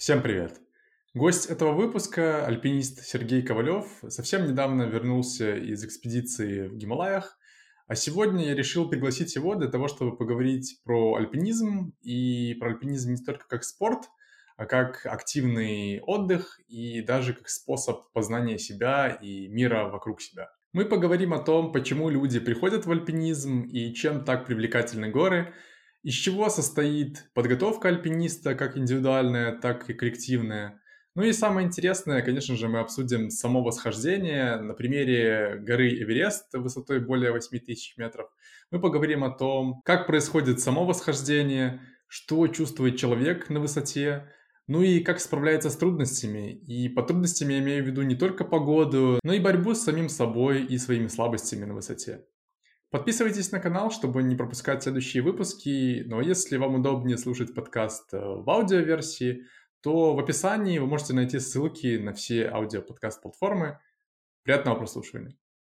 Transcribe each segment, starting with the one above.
Всем привет! Гость этого выпуска, альпинист Сергей Ковалев, совсем недавно вернулся из экспедиции в Гималаях, а сегодня я решил пригласить его для того, чтобы поговорить про альпинизм, и про альпинизм не только как спорт, а как активный отдых и даже как способ познания себя и мира вокруг себя. Мы поговорим о том, почему люди приходят в альпинизм и чем так привлекательны горы, из чего состоит подготовка альпиниста, как индивидуальная, так и коллективная. Ну и самое интересное, конечно же, мы обсудим само восхождение на примере горы Эверест высотой более 8000 метров. Мы поговорим о том, как происходит само восхождение, что чувствует человек на высоте, ну и как справляется с трудностями. И под трудностями я имею в виду не только погоду, но и борьбу с самим собой и своими слабостями на высоте. Подписывайтесь на канал, чтобы не пропускать следующие выпуски. Но если вам удобнее слушать подкаст в аудиоверсии, то в описании вы можете найти ссылки на все аудиоподкаст-платформы. Приятного прослушивания.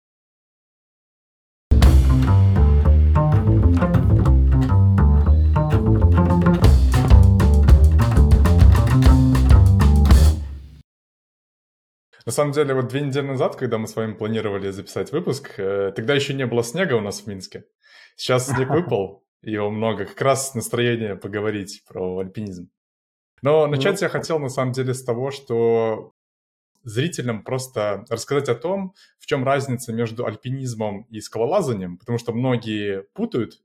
На самом деле, вот 2 недели назад, когда мы с вами планировали записать выпуск, тогда еще не было снега у нас в Минске. Сейчас снег выпал, его много. Как раз настроение поговорить про альпинизм. Но начать я хотел, на самом деле, с того, что зрителям просто рассказать о том, в чем разница между альпинизмом и скалолазанием, потому что многие путают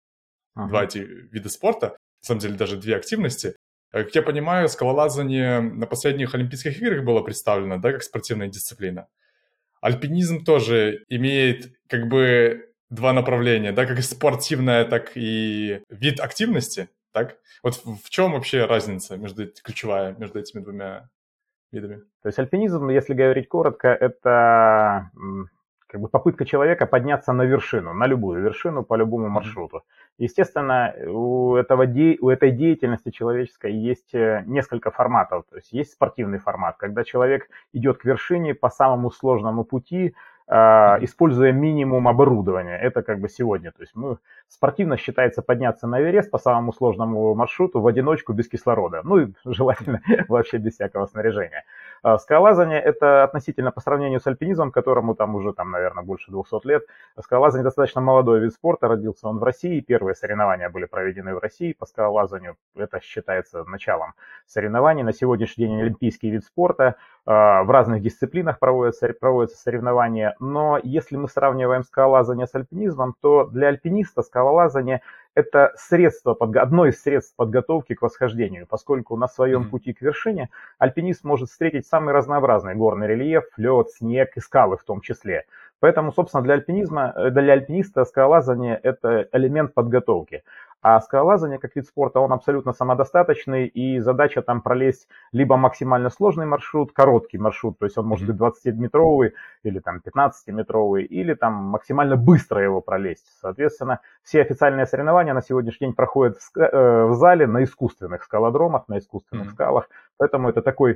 два эти вида спорта, на самом деле даже две активности. Как я понимаю, скалолазание на последних Олимпийских играх было представлено, да, как спортивная дисциплина. Альпинизм тоже имеет как бы два направления, да, как и спортивная, так и вид активности, так? Вот в чем вообще разница ключевая между этими двумя видами? То есть альпинизм, если говорить коротко, это как бы попытка человека подняться на вершину, на любую вершину по любому маршруту. Естественно, у этой деятельности человеческой есть несколько форматов. То есть есть спортивный формат, когда человек идет к вершине по самому сложному пути, используя минимум оборудования. Это как бы сегодня. То есть спортивно считается подняться на Эверест по самому сложному маршруту в одиночку без кислорода. Ну и желательно вообще без всякого снаряжения. Скалолазание это относительно по сравнению с альпинизмом, которому уже, наверное, больше 200 лет. Скалолазание достаточно молодой вид спорта, родился он в России, первые соревнования были проведены в России по скалолазанию, это считается началом соревнований. На сегодняшний день олимпийский вид спорта, в разных дисциплинах проводятся соревнования, но если мы сравниваем скалолазание с альпинизмом, то для альпиниста скалолазание это одно из средств подготовки к восхождению, поскольку на своем пути к вершине альпинист может встретить самый разнообразный горный рельеф, лед, снег и скалы в том числе. Поэтому, собственно, для альпиниста скалолазание это элемент подготовки. А скалолазание как вид спорта, он абсолютно самодостаточный, и задача там пролезть либо максимально сложный маршрут, короткий маршрут, то есть он может быть 20-метровый или там 15-метровый, или там максимально быстро его пролезть. Соответственно, все официальные соревнования на сегодняшний день проходят в зале на искусственных скалодромах, на искусственных скалах, поэтому это такой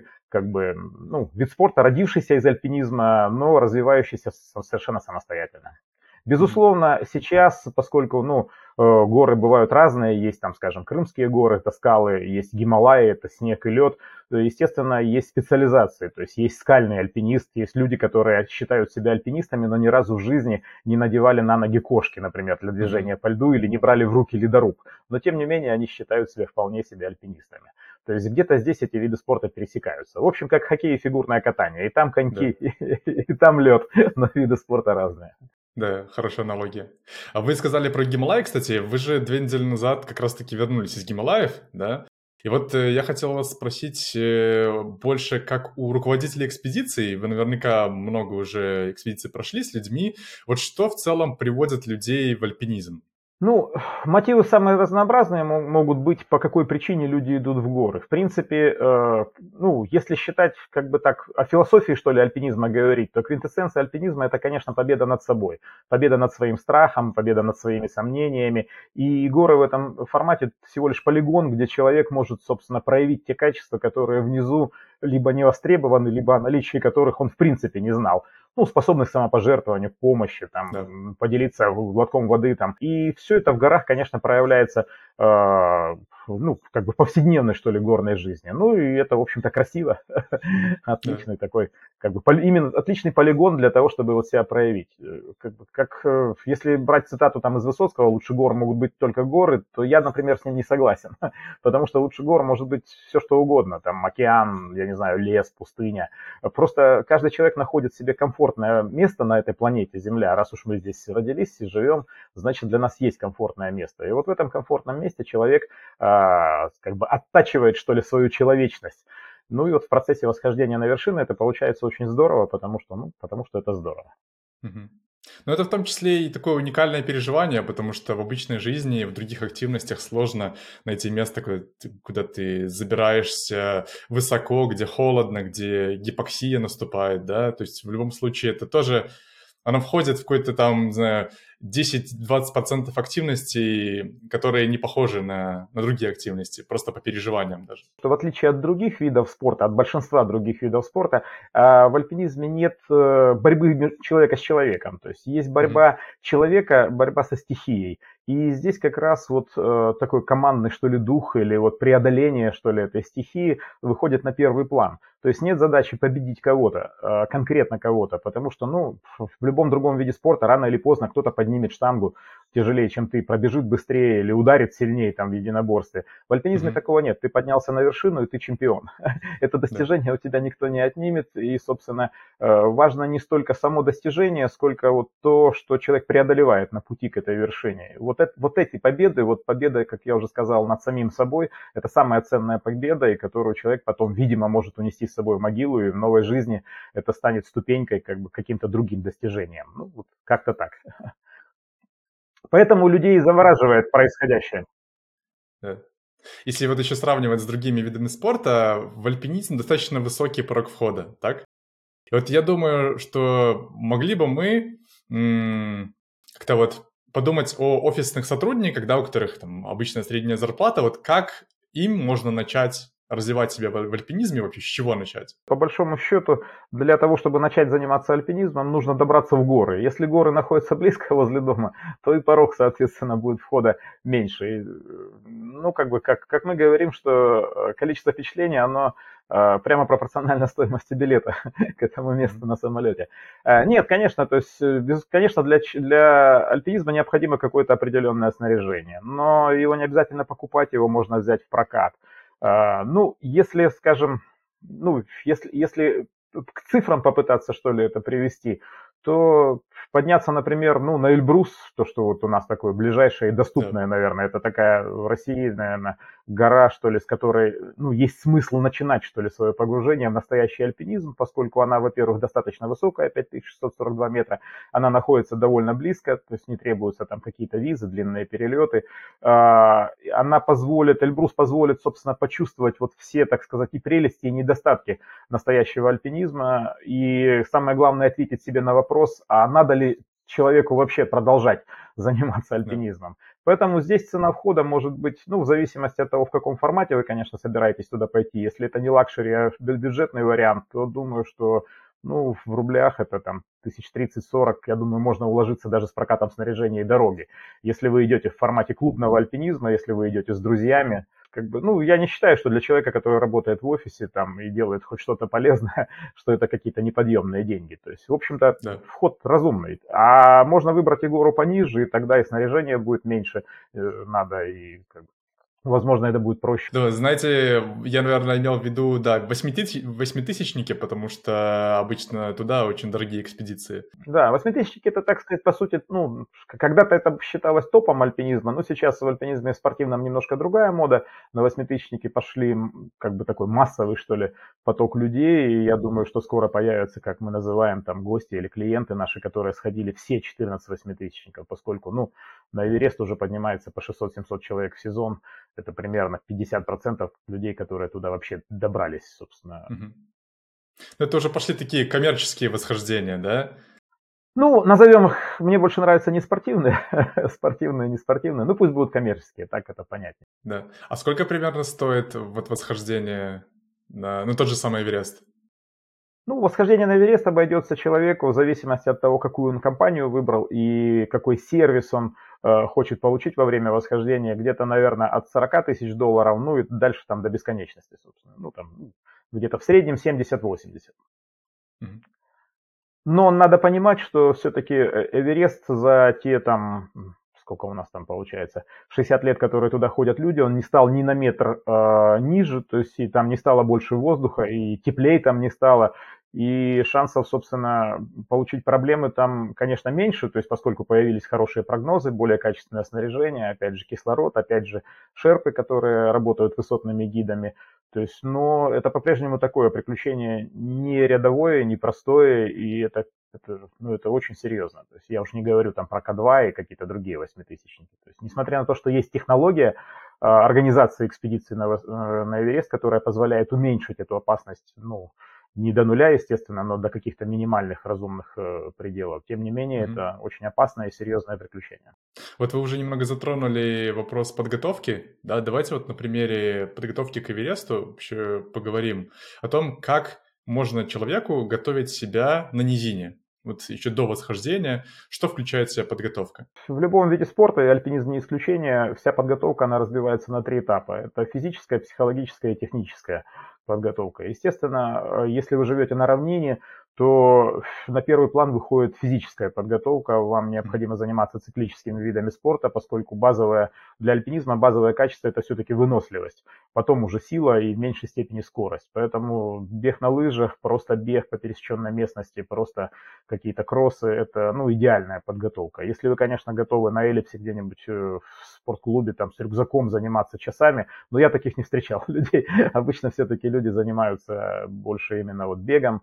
вид спорта, родившийся из альпинизма, но развивающийся совершенно самостоятельно. Безусловно, сейчас, поскольку горы бывают разные, есть там, скажем, Крымские горы, это скалы, есть Гималаи, это снег и лед, естественно, есть специализации, то есть есть скальный альпинист, есть люди, которые считают себя альпинистами, но ни разу в жизни не надевали на ноги кошки, например, для движения по льду или не брали в руки ледоруб, но тем не менее они считают себя вполне себе альпинистами. То есть где-то здесь эти виды спорта пересекаются. В общем, как хоккей и фигурное катание, и там коньки, и там лед, но виды спорта разные. Да, хорошая аналогия. А вы сказали про Гималаи, кстати. Вы же 2 недели назад как раз-таки вернулись из Гималаев, да? И вот я хотел вас спросить больше как у руководителя экспедиции. Вы наверняка много уже экспедиций прошли с людьми. Вот что в целом приводит людей в альпинизм? Мотивы самые разнообразные могут быть, по какой причине люди идут в горы. В принципе, если считать о философии, что ли, альпинизма говорить, то квинтэссенция альпинизма это, конечно, победа над собой, победа над своим страхом, победа над своими сомнениями. И горы в этом формате всего лишь полигон, где человек может, собственно, проявить те качества, которые внизу либо не востребованы, либо о наличии которых он в принципе не знал. Способность к самопожертвованию, к помощи, Да. поделиться глотком воды. И все это в горах, конечно, проявляется ну, как бы повседневной, что ли, горной жизни. Ну, и это, в общем-то, красиво. Да. Отличный такой, как бы, именно отличный полигон для того, чтобы вот себя проявить. Если брать цитату там из Высоцкого, лучше гор могут быть только горы, то я, например, с ним не согласен. Потому что лучше гор может быть все, что угодно. Там океан, я не знаю, лес, пустыня. Просто каждый человек находит себе комфортное место на этой планете Земля. Раз уж мы здесь родились и живем, значит, для нас есть комфортное место. И вот в этом комфортном месте человек как бы оттачивает, что ли, свою человечность. Ну и вот в процессе восхождения на вершины это получается очень здорово, потому что это здорово. Мгм. Но это в том числе и такое уникальное переживание, потому что в обычной жизни, в других активностях сложно найти место, куда ты забираешься высоко, где холодно, где гипоксия наступает, да, то есть в любом случае это тоже, оно входит в какой-то там, не знаю, 10-20% активностей, которые не похожи на другие активности, просто по переживаниям даже. Что в отличие от других видов спорта, от большинства других видов спорта, в альпинизме нет борьбы человека с человеком. То есть есть Мгм. борьба человека, борьба со стихией. И здесь как раз вот такой командный, что ли, дух или вот преодоление, что ли, этой стихии выходит на первый план. То есть нет задачи победить кого-то, конкретно кого-то, потому что, ну, в любом другом виде спорта рано или поздно кто-то поднимет штангу тяжелее, чем ты, пробежит быстрее или ударит сильнее там в единоборстве. В альпинизме Мгм. такого нет. Ты поднялся на вершину, и ты чемпион. Это Да. достижение у тебя никто не отнимет. И, собственно, важно не столько само достижение, сколько вот то, что человек преодолевает на пути к этой вершине. Вот эти победы, вот победа, как я уже сказал, над самим собой, это самая ценная победа, и которую человек потом, видимо, может унести с собой в могилу, и в новой жизни это станет ступенькой как бы каким-то другим достижением. Ну, вот как-то так. Поэтому людей завораживает происходящее. Да. Если вот еще сравнивать с другими видами спорта, в альпинизм достаточно высокий порог входа, так? И вот я думаю, что могли бы мы как-то вот подумать о офисных сотрудниках, да, у которых там обычная средняя зарплата, вот как им можно начать развивать себя в альпинизме, вообще с чего начать? По большому счету, для того, чтобы начать заниматься альпинизмом, нужно добраться в горы. Если горы находятся близко возле дома, то и порог, соответственно, будет входа меньше. Ну, как мы говорим, что количество впечатлений, оно прямо пропорционально стоимости билета к этому месту Мгм. на самолете. Нет, конечно, то есть, конечно, для альпинизма необходимо какое-то определенное снаряжение, но его не обязательно покупать, его можно взять в прокат. Ну, если, скажем, ну, если к цифрам попытаться, что ли, это привести, то подняться, например, ну, на Эльбрус, то, что вот у нас такое ближайшее и Да. доступное, наверное, это такая в России, наверное, гора, что ли, с которой, ну, есть смысл начинать, что ли, свое погружение в настоящий альпинизм, поскольку она, во-первых, достаточно высокая, 5642 метра, она находится довольно близко, то есть не требуются там какие-то визы, длинные перелеты. Она позволит, Эльбрус позволит, собственно, почувствовать вот все, так сказать, и прелести, и недостатки настоящего альпинизма. И самое главное, ответить себе на вопрос, а надо ли человеку вообще продолжать заниматься Да. альпинизмом. Поэтому здесь цена входа может быть, ну, в зависимости от того, в каком формате вы, конечно, собираетесь туда пойти. Если это не лакшери, а бюджетный вариант, то думаю, что, ну, в рублях это там 1030-40, я думаю, можно уложиться даже с прокатом снаряжения и дороги. Если вы идете в формате клубного альпинизма, если вы идете с друзьями, как бы, ну, я не считаю, что для человека, который работает в офисе там и делает хоть что-то полезное, что это какие-то неподъемные деньги. То есть, в общем-то, Да. вход разумный. А можно выбрать и гору пониже, и тогда и снаряжение будет меньше надо, и как бы, возможно, это будет проще. Да, знаете, я, наверное, имел в виду, да, восьмитысячники, потому что обычно туда очень дорогие экспедиции. Да, восьмитысячники это, так сказать, по сути, ну, когда-то это считалось топом альпинизма, но сейчас в альпинизме спортивном немножко другая мода. На восьмитысячники пошли как бы такой массовый, что ли, поток людей, и я думаю, что скоро появятся, как мы называем, там, гости или клиенты наши, которые сходили все 14 восьмитысячников, поскольку, ну, на Эверест уже поднимается по 600-700 человек в сезон, это примерно 50% людей, которые туда вообще добрались, собственно. Мгм. Ну, это уже пошли такие коммерческие восхождения, да? Ну, назовем их, мне больше нравятся не спортивные, спортивные, не спортивные, ну пусть будут коммерческие, так это понятнее. Да. А сколько примерно стоит вот восхождение на, ну, тот же самый Эверест? Ну, восхождение на Эверест обойдется человеку в зависимости от того, какую он компанию выбрал и какой сервис он хочет получить во время восхождения. Где-то, наверное, от 40 тысяч долларов, ну и дальше там до бесконечности, собственно. Ну, там где-то в среднем 70-80. Мгм. Но надо понимать, что все-таки Эверест за те там, сколько у нас там получается, 60 лет, которые туда ходят люди, он не стал ни на метр ниже, то есть и там не стало больше воздуха, и теплее там не стало, и шансов, собственно, получить проблемы там, конечно, меньше, то есть поскольку появились хорошие прогнозы, более качественное снаряжение, опять же кислород, опять же шерпы, которые работают высотными гидами, то есть, но это по-прежнему такое приключение не рядовое, не простое, и это очень серьезно. То есть я уж не говорю там про К2 и какие-то другие восьмитысячники. То есть, несмотря на то, что есть технология организации экспедиции на Эверест, которая позволяет уменьшить эту опасность, ну, не до нуля, естественно, но до каких-то минимальных разумных пределов. Тем не менее, Мгм. это очень опасное и серьезное приключение. Вот вы уже немного затронули вопрос подготовки, да, давайте вот на примере подготовки к Эвересту вообще поговорим о том, как можно человеку готовить себя на низине, вот еще до восхождения, что включает в себя подготовка. В любом виде спорта, и альпинизм не исключение, вся подготовка, она разбивается на три этапа. Это физическая, психологическая и техническая подготовка. Естественно, если вы живете на равнине, то на первый план выходит физическая подготовка. Вам Мгм. необходимо заниматься циклическими видами спорта, поскольку для альпинизма базовое качество – это все-таки выносливость. Потом уже сила и в меньшей степени скорость. Поэтому бег на лыжах, просто бег по пересеченной местности, просто какие-то кроссы, это, ну, идеальная подготовка. Если вы, конечно, готовы на эллипсе где-нибудь в спортклубе там с рюкзаком заниматься часами, но я таких не встречал людей. Обычно все-таки люди занимаются больше именно вот бегом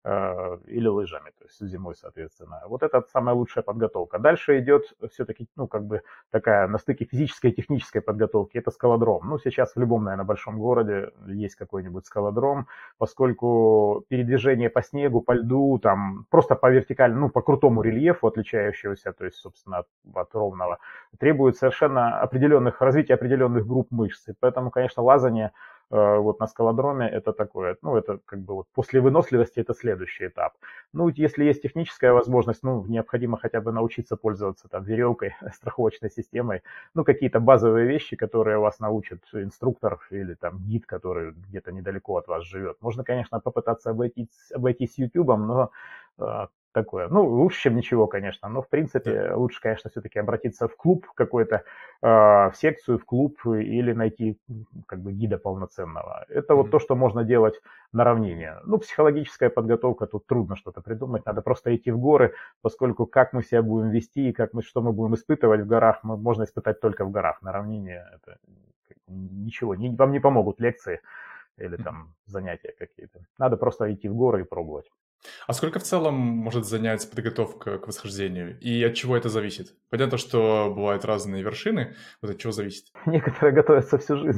или лыжами, то есть зимой, соответственно. Вот это самая лучшая подготовка. Дальше идет все-таки, ну, как бы такая на стыке физической и технической подготовки, это скалодром. Ну, сейчас в любом, наверное, большом городе есть какой-нибудь скалодром, поскольку передвижение по снегу, по льду, там просто по вертикальному, ну, по крутому рельефу, отличающегося, то есть, собственно, от ровного, требует совершенно развития определенных групп мышц. И поэтому, конечно, лазание вот на скалодроме это такое, ну, это как бы вот после выносливости это следующий этап. Ну, если есть техническая возможность, ну, необходимо хотя бы научиться пользоваться там веревкой, страховочной системой, ну, какие-то базовые вещи, которые вас научит инструктор или там гид, который где-то недалеко от вас живет. Можно, конечно, попытаться обойтись YouTube, но такое. Ну, лучше, чем ничего, конечно, но, в Да. принципе, лучше, конечно, все-таки обратиться в клуб какой-то, в секцию, в клуб или найти как бы гида полноценного. Это вот Мгм. то, что можно делать на равнине. Ну, психологическая подготовка, тут трудно что-то придумать, надо просто идти в горы, поскольку как мы себя будем вести и что мы будем испытывать в горах, можно испытать только в горах. На равнине это ничего, вам не помогут лекции или Мгм. там занятия какие-то. Надо просто идти в горы и пробовать. А сколько в целом может занять подготовка к восхождению? И от чего это зависит? Понятно, что бывают разные вершины. Вот от чего зависит? Некоторые готовятся всю жизнь.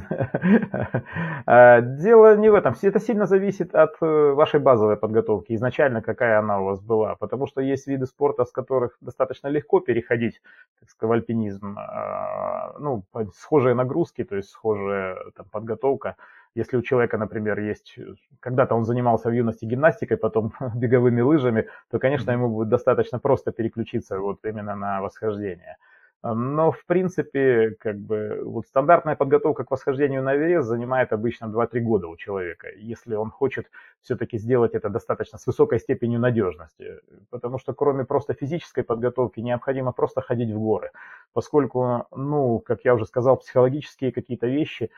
Дело не в этом. Это сильно зависит от вашей базовой подготовки, изначально какая она у вас была. Потому что есть виды спорта, с которых достаточно легко переходить, так сказать, в альпинизм. Ну, схожие нагрузки, то есть схожая там, подготовка. Если у человека, например, когда-то он занимался в юности гимнастикой, потом беговыми лыжами, то, конечно, Мгм. ему будет достаточно просто переключиться вот именно на восхождение. Но, в принципе, как бы вот стандартная подготовка к восхождению на Эверест занимает обычно 2-3 года у человека, если он хочет все-таки сделать это достаточно с высокой степенью надежности. Потому что кроме просто физической подготовки необходимо просто ходить в горы, поскольку, ну, как я уже сказал, психологические какие-то вещи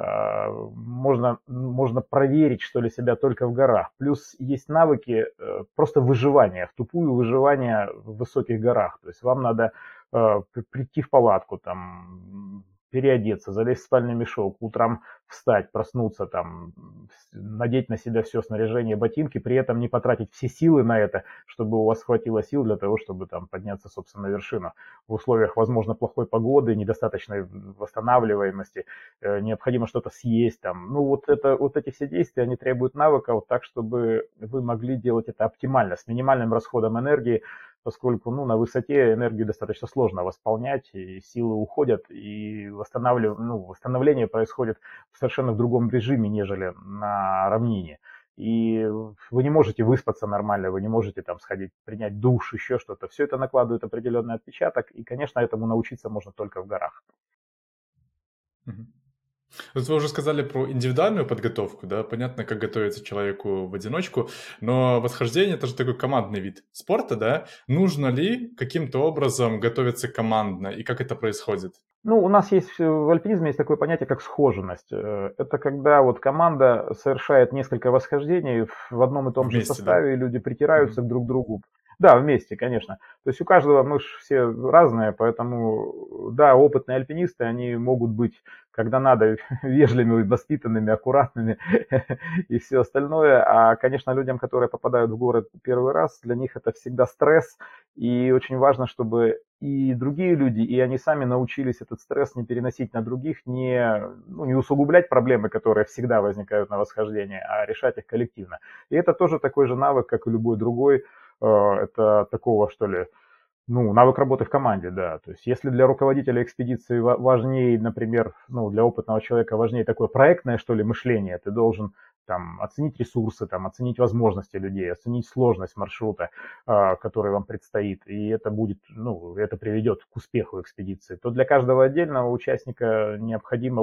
можно проверить, что ли, себя только в горах. Плюс есть навыки просто выживания, в тупую выживания в высоких горах. То есть вам надо прийти в палатку, там, переодеться, залезть в спальный мешок, утром встать, проснуться, там, надеть на себя все снаряжение, ботинки, при этом не потратить все силы на это, чтобы у вас хватило сил для того, чтобы там подняться, собственно, на вершину. В условиях, возможно, плохой погоды, недостаточной восстанавливаемости, необходимо что-то съесть, там, ну, вот эти все действия, они требуют навыков так, чтобы вы могли делать это оптимально, с минимальным расходом энергии, поскольку, ну, на высоте энергию достаточно сложно восполнять, и силы уходят, и восстановление происходит совершенно в другом режиме, нежели на равнине. и вы не можете выспаться нормально, вы не можете там сходить, принять душ, еще что-то. Все это накладывает определенный отпечаток, и, конечно, этому научиться можно только в горах. Мгм. Вот вы уже сказали про индивидуальную подготовку, да, понятно, как готовиться человеку в одиночку, но восхождение — это же такой командный вид спорта, да? Нужно ли каким-то образом готовиться командно, и как это происходит? Ну, у нас есть в альпинизме есть такое понятие, как схоженность. Это когда вот команда совершает несколько восхождений в одном и том же Вместе, да? составе, и люди Мгм. притираются друг к другу. Да, вместе, конечно. То есть у каждого, мы же все разные, поэтому, да, опытные альпинисты, они могут быть, когда надо, вежливыми, воспитанными, аккуратными и все остальное. А, конечно, людям, которые попадают в город первый раз, для них это всегда стресс, и очень важно, чтобы и другие люди, и они сами научились этот стресс не переносить на других, не усугублять проблемы, которые всегда возникают на восхождении, а решать их коллективно. И это тоже такой же навык, как и любой другой. Это такого, что ли, навык работы в команде, да. То есть если для руководителя экспедиции важнее, например, для опытного человека важнее такое проектное, что ли, мышление, ты должен там оценить ресурсы, там, оценить возможности людей, оценить сложность маршрута, который вам предстоит, и это будет, это приведет к успеху экспедиции, то для каждого отдельного участника необходимо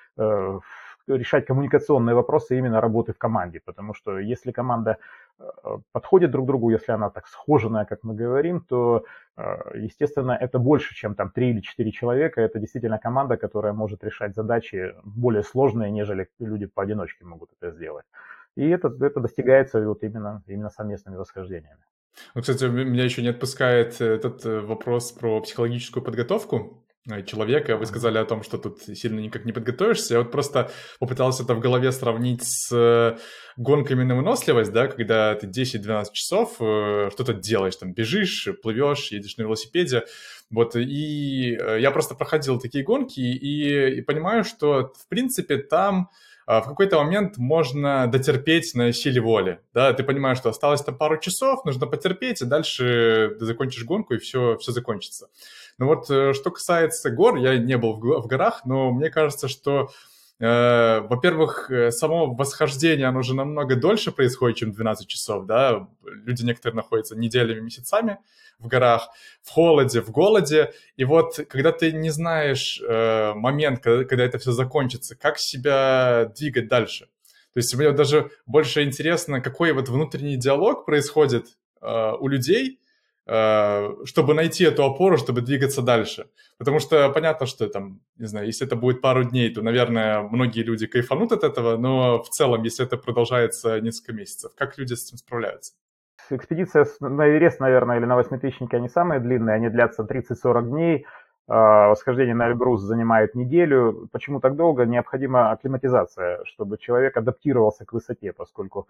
решать коммуникационные вопросы именно работы в команде, потому что если команда подходит друг другу, если она так схоженная, как мы говорим, то естественно, это больше, чем там 3 или 4 человека. Это действительно команда, которая может решать задачи более сложные, нежели люди поодиночке могут это сделать. И это достигается вот именно совместными восхождениями. Ну, кстати, меня еще не отпускает этот вопрос про психологическую подготовку человека. Вы сказали о том, что тут сильно никак не подготовишься. Я вот просто попытался это в голове сравнить с гонками на выносливость, да, когда ты 10-12 часов что-то делаешь, там, бежишь, плывешь, едешь на велосипеде. Вот, и я просто проходил такие гонки и понимаю, что, в принципе, там в какой-то момент можно дотерпеть на силе воли, да, ты понимаешь, что осталось там пару часов, нужно потерпеть, и дальше ты закончишь гонку, и все закончится. Но вот что касается гор, я не был в горах, но мне кажется, что во-первых, само восхождение, оно же намного дольше происходит, чем 12 часов, да, люди некоторые находятся неделями, месяцами в горах, в холоде, в голоде, и вот когда ты не знаешь момент, когда это все закончится, как себя двигать дальше. То есть мне даже больше интересно, какой вот внутренний диалог происходит у людей, чтобы найти эту опору, чтобы двигаться дальше. Потому что понятно, что там, не знаю, если это будет пару дней, то, наверное, многие люди кайфанут от этого, но в целом, если это продолжается несколько месяцев, как люди с этим справляются? Экспедиция на Эверест, наверное, или на восьмитысячники, они самые длинные, они длятся 30-40 дней. Восхождение на Эльбрус занимает неделю. Почему так долго? Необходима акклиматизация, чтобы человек адаптировался к высоте, поскольку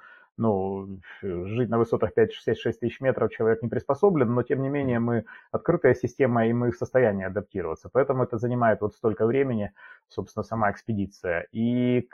жить на высотах 5-6 тысяч метров человек не приспособлен, но тем не менее мы открытая система, и мы в состоянии адаптироваться. Поэтому это занимает вот столько времени, собственно, сама экспедиция. И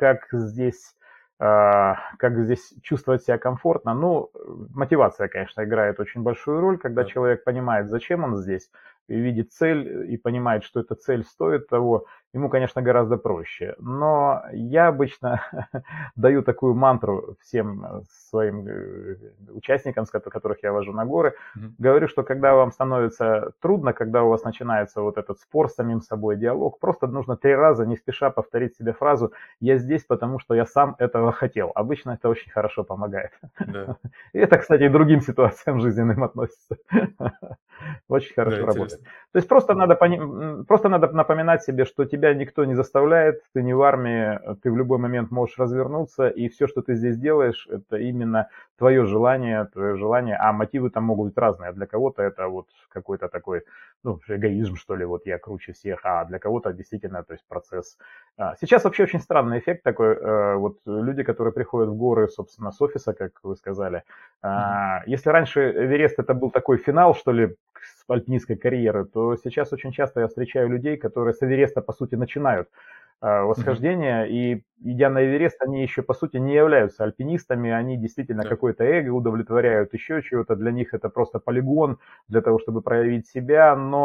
как здесь чувствовать себя комфортно? Мотивация, конечно, играет очень большую роль, когда Да. человек понимает, зачем он здесь, и видит цель, и понимает, что эта цель стоит того, ему, конечно, гораздо проще. Но я обычно даю такую мантру всем своим участникам, которых я вожу на горы, Мгм. говорю, что когда вам становится трудно, когда у вас начинается вот этот спор с самим собой, диалог, просто нужно 3 раза не спеша повторить себе фразу «я здесь, потому что я сам этого хотел». Обычно это очень хорошо помогает. Да, И это, кстати, и другим ситуациям жизненным относится. Очень да, хорошо работает. интересно. То есть просто надо напоминать себе, что тебя никто не заставляет, ты не в армии, ты в любой момент можешь развернуться, и все, что ты здесь делаешь, это именно твое желание, а мотивы там могут быть разные. Для кого-то это вот какой-то такой, эгоизм, что ли, вот я круче всех, а для кого-то действительно, то есть процесс. Сейчас вообще очень странный эффект такой, вот люди, которые приходят в горы, собственно, с офиса, как вы сказали, Мгм. если раньше Эверест это был такой финал, что ли, альпинистской карьеры, то сейчас очень часто я встречаю людей, которые с Эвереста, по сути, начинают Мгм. восхождение, и идя на Эверест, они еще, по сути, не являются альпинистами, они действительно Да. какое-то эго удовлетворяют, еще чего-то, для них это просто полигон для того, чтобы проявить себя, но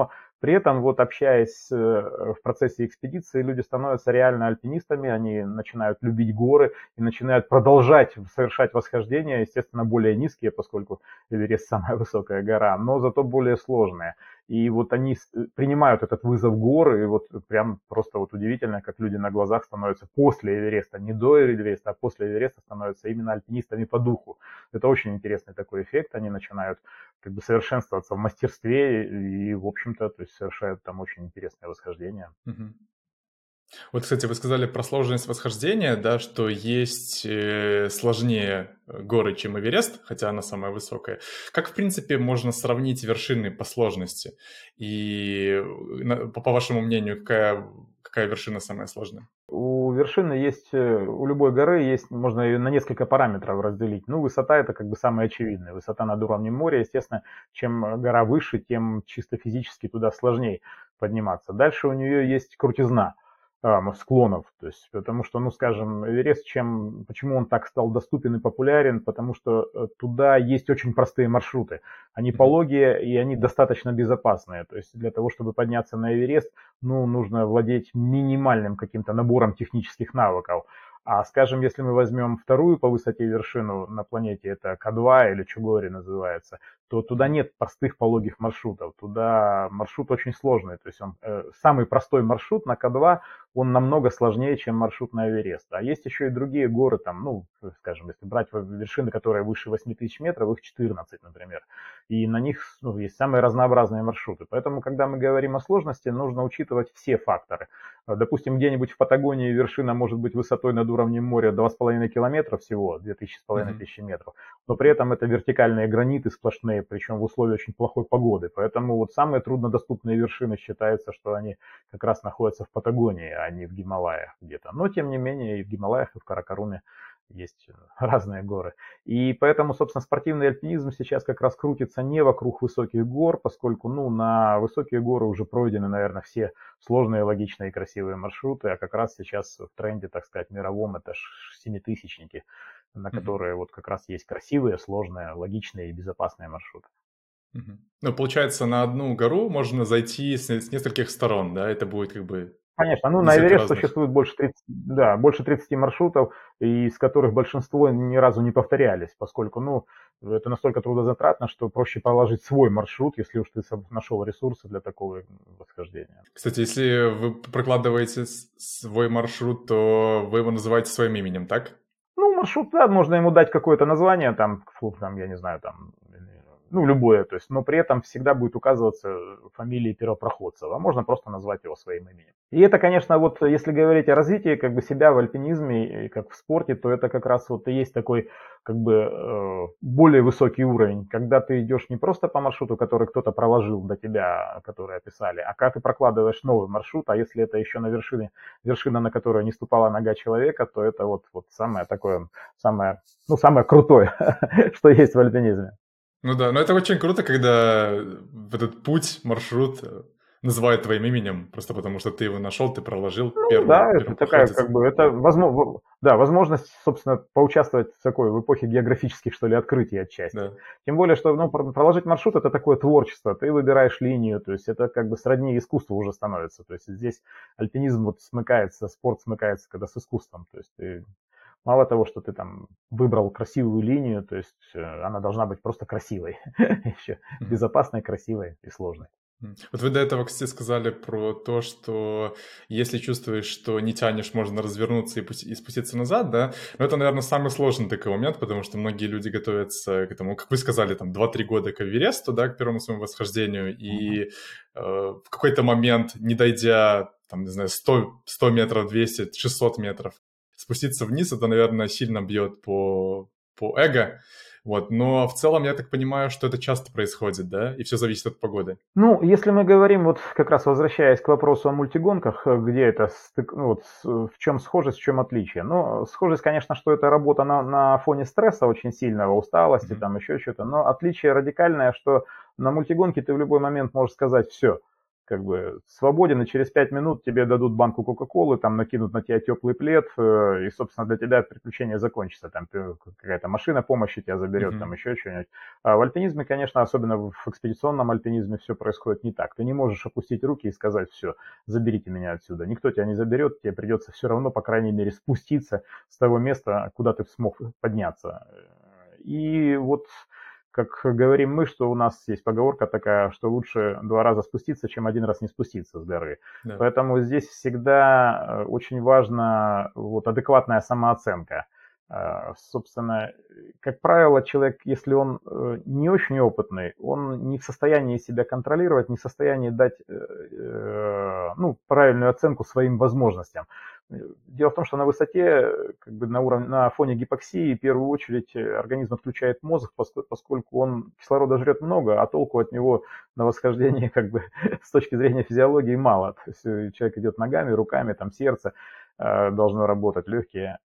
При этом, вот общаясь в процессе экспедиции, люди становятся реально альпинистами, они начинают любить горы и начинают продолжать совершать восхождения, естественно, более низкие, поскольку Эверест самая высокая гора, но зато более сложные. И вот они принимают этот вызов гор, и вот прям просто вот удивительно, как люди на глазах становятся после Эвереста, не до Эвереста, а после Эвереста становятся именно альпинистами по духу. Это очень интересный такой эффект, они начинают как бы совершенствоваться в мастерстве и, в общем-то, то есть совершают там очень интересное восхождение. Мгм. Вот, кстати, вы сказали про сложность восхождения, да, что есть сложнее горы, чем Эверест, хотя она самая высокая. Как, в принципе, можно сравнить вершины по сложности? И, по вашему мнению, какая вершина самая сложная? У вершины есть, у любой горы есть, можно ее на несколько параметров разделить. Ну, высота это как бы самое очевидное. Высота над уровнем моря, естественно, чем гора выше, тем чисто физически туда сложнее подниматься. Дальше у нее есть крутизна склонов, то есть, потому что, ну, скажем, Эверест, почему он так стал доступен и популярен, потому что туда есть очень простые маршруты. Они пологие и они достаточно безопасные. То есть для того, чтобы подняться на Эверест, ну, нужно владеть минимальным каким-то набором технических навыков. А, скажем, если мы возьмем вторую по высоте вершину на планете, это К2 или Чугори называется, то туда нет простых пологих маршрутов. Туда маршрут очень сложный. То есть самый простой маршрут на К2, он намного сложнее, чем маршрут на Эверест. А есть еще и другие горы, там, ну, скажем, если брать вершины, которые выше 8000 метров, их 14, например. И на них есть самые разнообразные маршруты. Поэтому, когда мы говорим о сложности, нужно учитывать все факторы. Допустим, где-нибудь в Патагонии вершина может быть высотой над уровнем моря 2,5 километра всего, 2500 метров, но при этом это вертикальные граниты сплошные, причем в условиях очень плохой погоды. Поэтому вот самые труднодоступные вершины считается, что они как раз находятся в Патагонии, а не в Гималаях где-то. Но, тем не менее, и в Гималаях, и в Каракаруме есть разные горы. И поэтому, собственно, спортивный альпинизм сейчас как раз крутится не вокруг высоких гор, поскольку, ну, на высокие горы уже пройдены, наверное, все сложные, логичные и красивые маршруты, а как раз сейчас в тренде, так сказать, мировом это семитысячники, на которые вот как раз есть красивые, сложные, логичные и безопасные маршруты. Ну, получается, на одну гору можно зайти с нескольких сторон, да? Это будет как бы Конечно, ну на несколько Эверест разных. существует больше 30 маршрутов, из которых большинство ни разу не повторялись, поскольку, ну, это настолько трудозатратно, что проще проложить свой маршрут, если уж ты нашел ресурсы для такого восхождения. Кстати, если вы прокладываете свой маршрут, то вы его называете своим именем, так? Ну, маршрут, да, можно ему дать какое-то название, там, я не знаю, там, ну, любое, то есть, но при этом всегда будет указываться фамилия первопроходцев, а можно просто назвать его своим именем. И это, конечно, вот если говорить о развитии как бы себя в альпинизме и как в спорте, то это как раз вот и есть такой как бы более высокий уровень, когда ты идешь не просто по маршруту, который кто-то проложил до тебя, который описали, а когда ты прокладываешь новый маршрут, а если это еще на вершина, на которой не ступала нога человека, то это вот самое такое, самое крутое, что есть в альпинизме. Ну да, но это очень круто, когда этот путь, маршрут называют твоим именем, просто потому что ты его нашел, ты проложил Ну да, это такая первопроходец. как бы, это возможность, собственно, поучаствовать в такой, в эпохе географических, что ли, открытий отчасти. Да. Тем более, что, ну, проложить маршрут это такое творчество, ты выбираешь линию, то есть это как бы сродни искусству уже становится. То есть здесь альпинизм вот смыкается, спорт смыкается когда с искусством. То есть ты мало того, что ты там выбрал красивую линию, то есть она должна быть просто красивой, еще безопасной, красивой и сложной. Вот вы до этого, кстати, сказали про то, что если чувствуешь, что не тянешь, можно развернуться и спуститься назад, да? Но это, наверное, самый сложный такой момент, потому что многие люди готовятся к этому, как вы сказали, там, 2-3 года к Эвересту, да, к первому своему восхождению, и в какой-то момент, не дойдя, там, не знаю, 100 метров, 200, 600 метров, спуститься вниз, это, наверное, сильно бьет по эго, вот, но в целом я так понимаю, что это часто происходит, да, и все зависит от погоды. Ну, если мы говорим, вот как раз возвращаясь к вопросу о мультигонках, где это, ну, вот, в чем схожесть, в чем отличие? Ну, схожесть, конечно, что это работа на фоне стресса очень сильного, усталости, там еще что-то, но отличие радикальное, что на мультигонке ты в любой момент можешь сказать, все, как бы свободен, и через 5 минут тебе дадут банку Кока-Колы, там накинут на тебя теплый плед, и, собственно, для тебя приключение закончится. Там какая-то машина помощи тебя заберет, там Мгм. еще что-нибудь. А в альпинизме, конечно, особенно в экспедиционном альпинизме все происходит не так. Ты не можешь опустить руки и сказать: все, заберите меня отсюда. Никто тебя не заберет, тебе придется все равно, по крайней мере, спуститься с того места, куда ты смог подняться. И вот, как говорим мы, что у нас есть поговорка такая, что лучше 2 раза спуститься, чем 1 раз не спуститься с горы. Да. Поэтому здесь всегда очень важна вот адекватная самооценка. Собственно, как правило, человек, если он не очень опытный, он не в состоянии себя контролировать, не в состоянии дать ну, правильную оценку своим возможностям. Дело в том, что на высоте, как бы на фоне гипоксии, в первую очередь организм отключает мозг, поскольку он кислорода жрет много, а толку от него на восхождении, как бы, с точки зрения физиологии, мало. То есть человек идет ногами, руками, там сердце должно работать, легкие.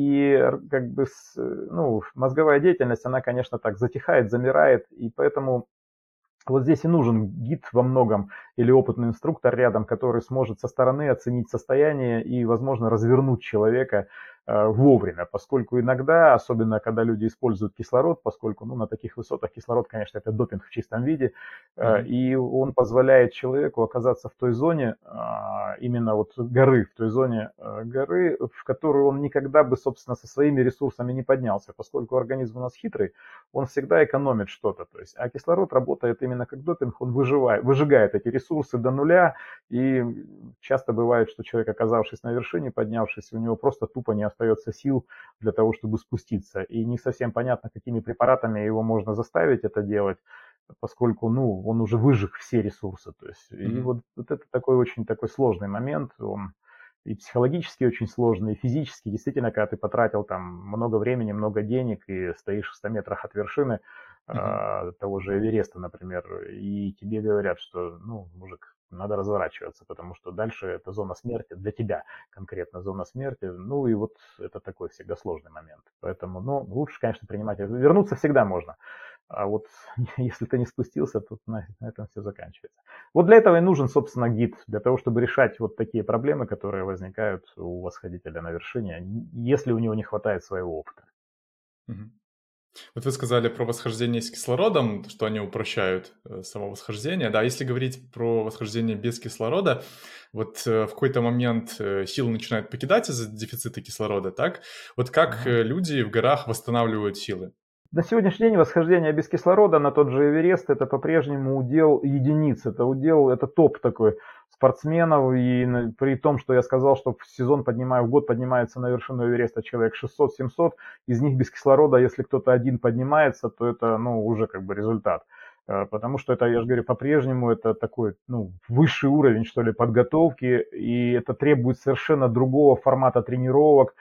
И как бы ну, мозговая деятельность, она, конечно, так затихает, замирает, и поэтому вот здесь и нужен гид во многом или опытный инструктор рядом, который сможет со стороны оценить состояние и, возможно, развернуть человека вовремя, поскольку иногда, особенно когда люди используют кислород, поскольку ну, на таких высотах кислород, конечно, это допинг в чистом виде, Мгм. и он позволяет человеку оказаться в той зоне, именно вот горы, в той зоне горы, в которую он никогда бы, собственно, со своими ресурсами не поднялся, поскольку организм у нас хитрый, он всегда экономит что-то. То есть, а кислород работает именно как допинг, он выжигает эти ресурсы до нуля, и часто бывает, что человек, оказавшись на вершине, поднявшись, у него просто тупо не остается сил для того, чтобы спуститься. И не совсем понятно, какими препаратами его можно заставить это делать, поскольку, ну, он уже выжег все ресурсы. То есть, и Мгм. вот это такой очень такой сложный момент, он и психологически очень сложно, и физически. Действительно, когда ты потратил там много времени, много денег и стоишь в 100 метрах от вершины Мгм. того же Эвереста, например, и тебе говорят, что, ну, мужик, надо разворачиваться, потому что дальше это зона смерти, для тебя конкретно зона смерти. Ну и вот это такой всегда сложный момент. Поэтому, ну, лучше, конечно, принимать. Вернуться всегда можно. А вот если ты не спустился, то на этом все заканчивается. Вот для этого и нужен, собственно, гид, для того, чтобы решать вот такие проблемы, которые возникают у восходителя на вершине, если у него не хватает своего опыта. Мгм. Вот вы сказали про восхождение с кислородом, что они упрощают само восхождение. Да, если говорить про восхождение без кислорода, вот в какой-то момент силы начинают покидать из-за дефицита кислорода, так? Вот как Ага. люди в горах восстанавливают силы? На сегодняшний день восхождение без кислорода на тот же Эверест это по-прежнему удел единиц, это удел, это топ такой спортсменов, и при том, что я сказал, что в сезон поднимаю, в год поднимается на вершину Эвереста человек 600-700, из них без кислорода, если кто-то один поднимается, то это, ну, уже как бы результат. Потому что это, я же говорю, по-прежнему это такой, ну, высший уровень, что ли, подготовки, и это требует совершенно другого формата тренировок,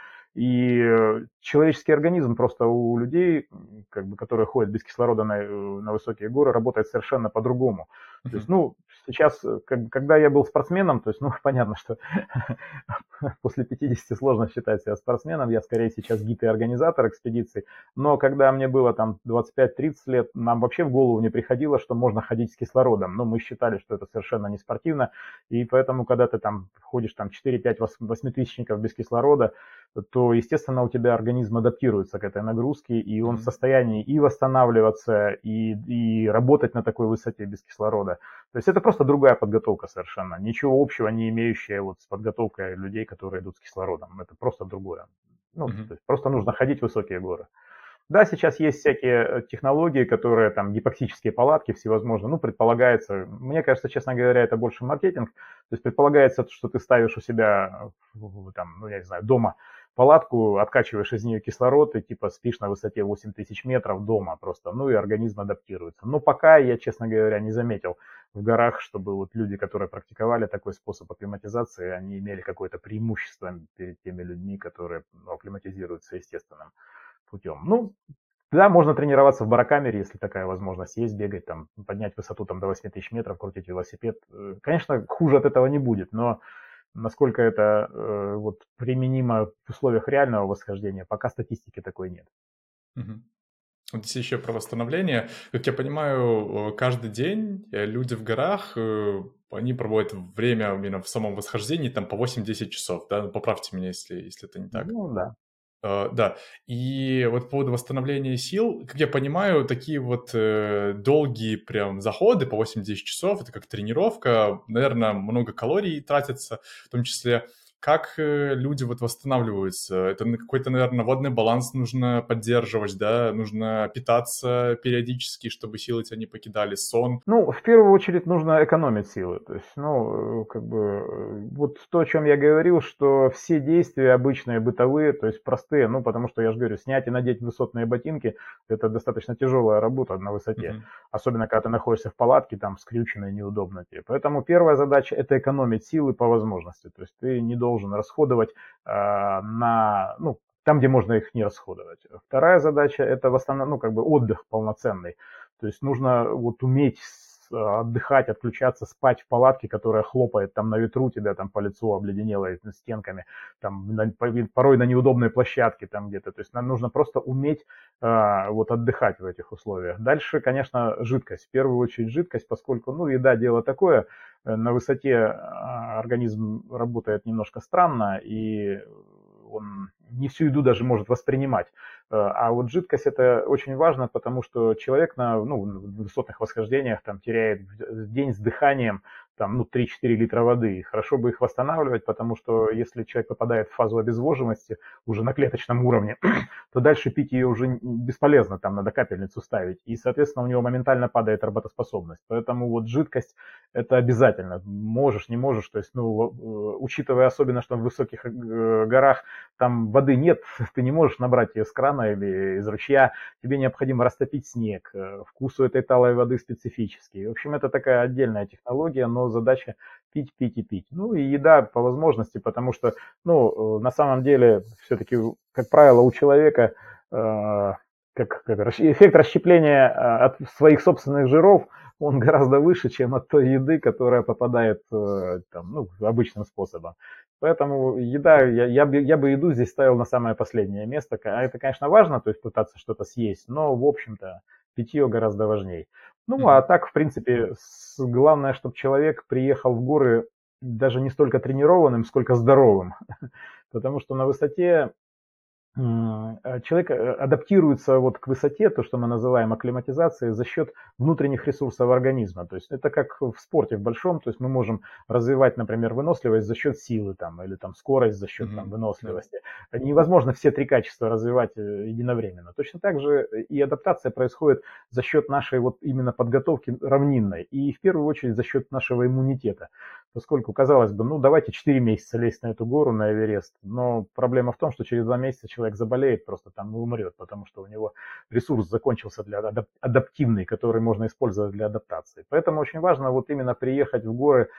и человеческий организм просто у людей, как бы, которые ходят без кислорода на высокие горы, работает совершенно по-другому. То есть, Мгм. ну, сейчас, когда я был спортсменом, то есть, ну, понятно, что после 50 сложно считать себя спортсменом, я скорее сейчас гид и организатор экспедиций, но когда мне было там 25-30 лет, нам вообще в голову не приходило, что можно ходить с кислородом, но мы считали, что это совершенно не спортивно, и поэтому, когда ты там ходишь там 4-5 восьмитысячников без кислорода, то, естественно, у тебя организм адаптируется к этой нагрузке, и он в Мгм. состоянии и восстанавливаться, и работать на такой высоте без кислорода. То есть это просто другая подготовка совершенно, ничего общего не имеющая вот с подготовкой людей, которые идут с кислородом. Это просто другое. Ну, Мгм. то есть просто нужно ходить в высокие горы. Да, сейчас есть всякие технологии, которые там гипоксические палатки всевозможные, ну, предполагается, мне кажется, честно говоря, это больше маркетинг, то есть предполагается, что ты ставишь у себя, там, ну, я не знаю, дома палатку, откачиваешь из нее кислород и типа спишь на высоте 8000 метров дома просто, ну и организм адаптируется. Но пока я, честно говоря, не заметил в горах, чтобы вот люди, которые практиковали такой способ акклиматизации, они имели какое-то преимущество перед теми людьми, которые акклиматизируются естественным путем. Ну, да, можно тренироваться в барокамере, если такая возможность есть, бегать там, поднять высоту там до 8000 метров, крутить велосипед. Конечно, хуже от этого не будет, но насколько это вот применимо в условиях реального восхождения, пока статистики такой нет. Мгм. Вот здесь еще про восстановление. Как я понимаю, каждый день люди в горах, они проводят время именно в самом восхождении там по 8-10 часов, да? Поправьте меня, если это не так. Ну да. Да, и вот по поводу восстановления сил, как я понимаю, такие вот долгие прям заходы по 8-10 часов, это как тренировка, наверное, много калорий тратится, в том числе. Как люди вот восстанавливаются? Это какой-то, наверное, водный баланс нужно поддерживать, да? Нужно питаться периодически, чтобы силы тебя не покидали, сон. Ну, в первую очередь нужно экономить силы. То есть, вот то, о чем я говорил, что все действия обычные, бытовые, то есть простые, ну, потому что, я же говорю, снять и надеть высотные ботинки – это достаточно тяжелая работа на высоте. Мгм. Особенно, когда ты находишься в палатке, там, скрюченной, неудобно тебе. Поэтому первая задача – это экономить силы по возможности. То есть, ты не должен расходовать ну, там, где можно их не расходовать. Вторая задача – это отдых полноценный. То есть нужно вот уметь отдыхать, отключаться, спать в палатке, которая хлопает там на ветру, тебя там по лицу обледенелой стенками, там порой на неудобной площадке там где-то. То есть нам нужно просто уметь вот отдыхать в этих условиях. Дальше, конечно, жидкость. В первую очередь жидкость, поскольку, ну, еда дело такое, на высоте организм работает немножко странно, и он не всю еду даже может воспринимать. А вот жидкость это очень важно, потому что человек на высотных восхождениях там теряет в день с дыханием там, 3-4 литра воды. И хорошо бы их восстанавливать, потому что если человек попадает в фазу обезвоживания уже на клеточном уровне, то дальше пить ее уже бесполезно, там надо капельницу ставить. И, соответственно, у него моментально падает работоспособность. Поэтому вот жидкость это обязательно. Можешь, не можешь. То есть, учитывая особенно, что в высоких горах там воды нет, ты не можешь набрать ее с крана или из ручья, тебе необходимо растопить снег. Вкус у этой талой воды специфический. В общем, это такая отдельная технология, но задача пить, пить и пить. Ну и еда по возможности, потому что, на самом деле, все-таки, как правило, у человека эффект расщепления от своих собственных жиров, он гораздо выше, чем от той еды, которая попадает обычным способом. Поэтому еда, я бы еду здесь ставил на самое последнее место. А это, конечно, важно, то есть пытаться что-то съесть, но, в общем-то, питье гораздо важнее. Ну, а Мгм. так, в принципе, главное, чтобы человек приехал в горы даже не столько тренированным, сколько здоровым. Потому что на высоте человек адаптируется вот к высоте, то, что мы называем акклиматизацией, за счет внутренних ресурсов организма. То есть это как в спорте в большом, то есть мы можем развивать, например, выносливость за счет силы там, или там, скорость за счет там, Мгм. Да. выносливости. Невозможно все три качества развивать единовременно. Точно так же и адаптация происходит за счет нашей вот именно подготовки равнинной и в первую очередь за счет нашего иммунитета. Поскольку, казалось бы, давайте 4 месяца лезть на эту гору, на Эверест. Но проблема в том, что через 2 месяца человек заболеет, просто там и умрет, потому что у него ресурс закончился для адаптивный, который можно использовать для адаптации. Поэтому очень важно вот именно приехать в горы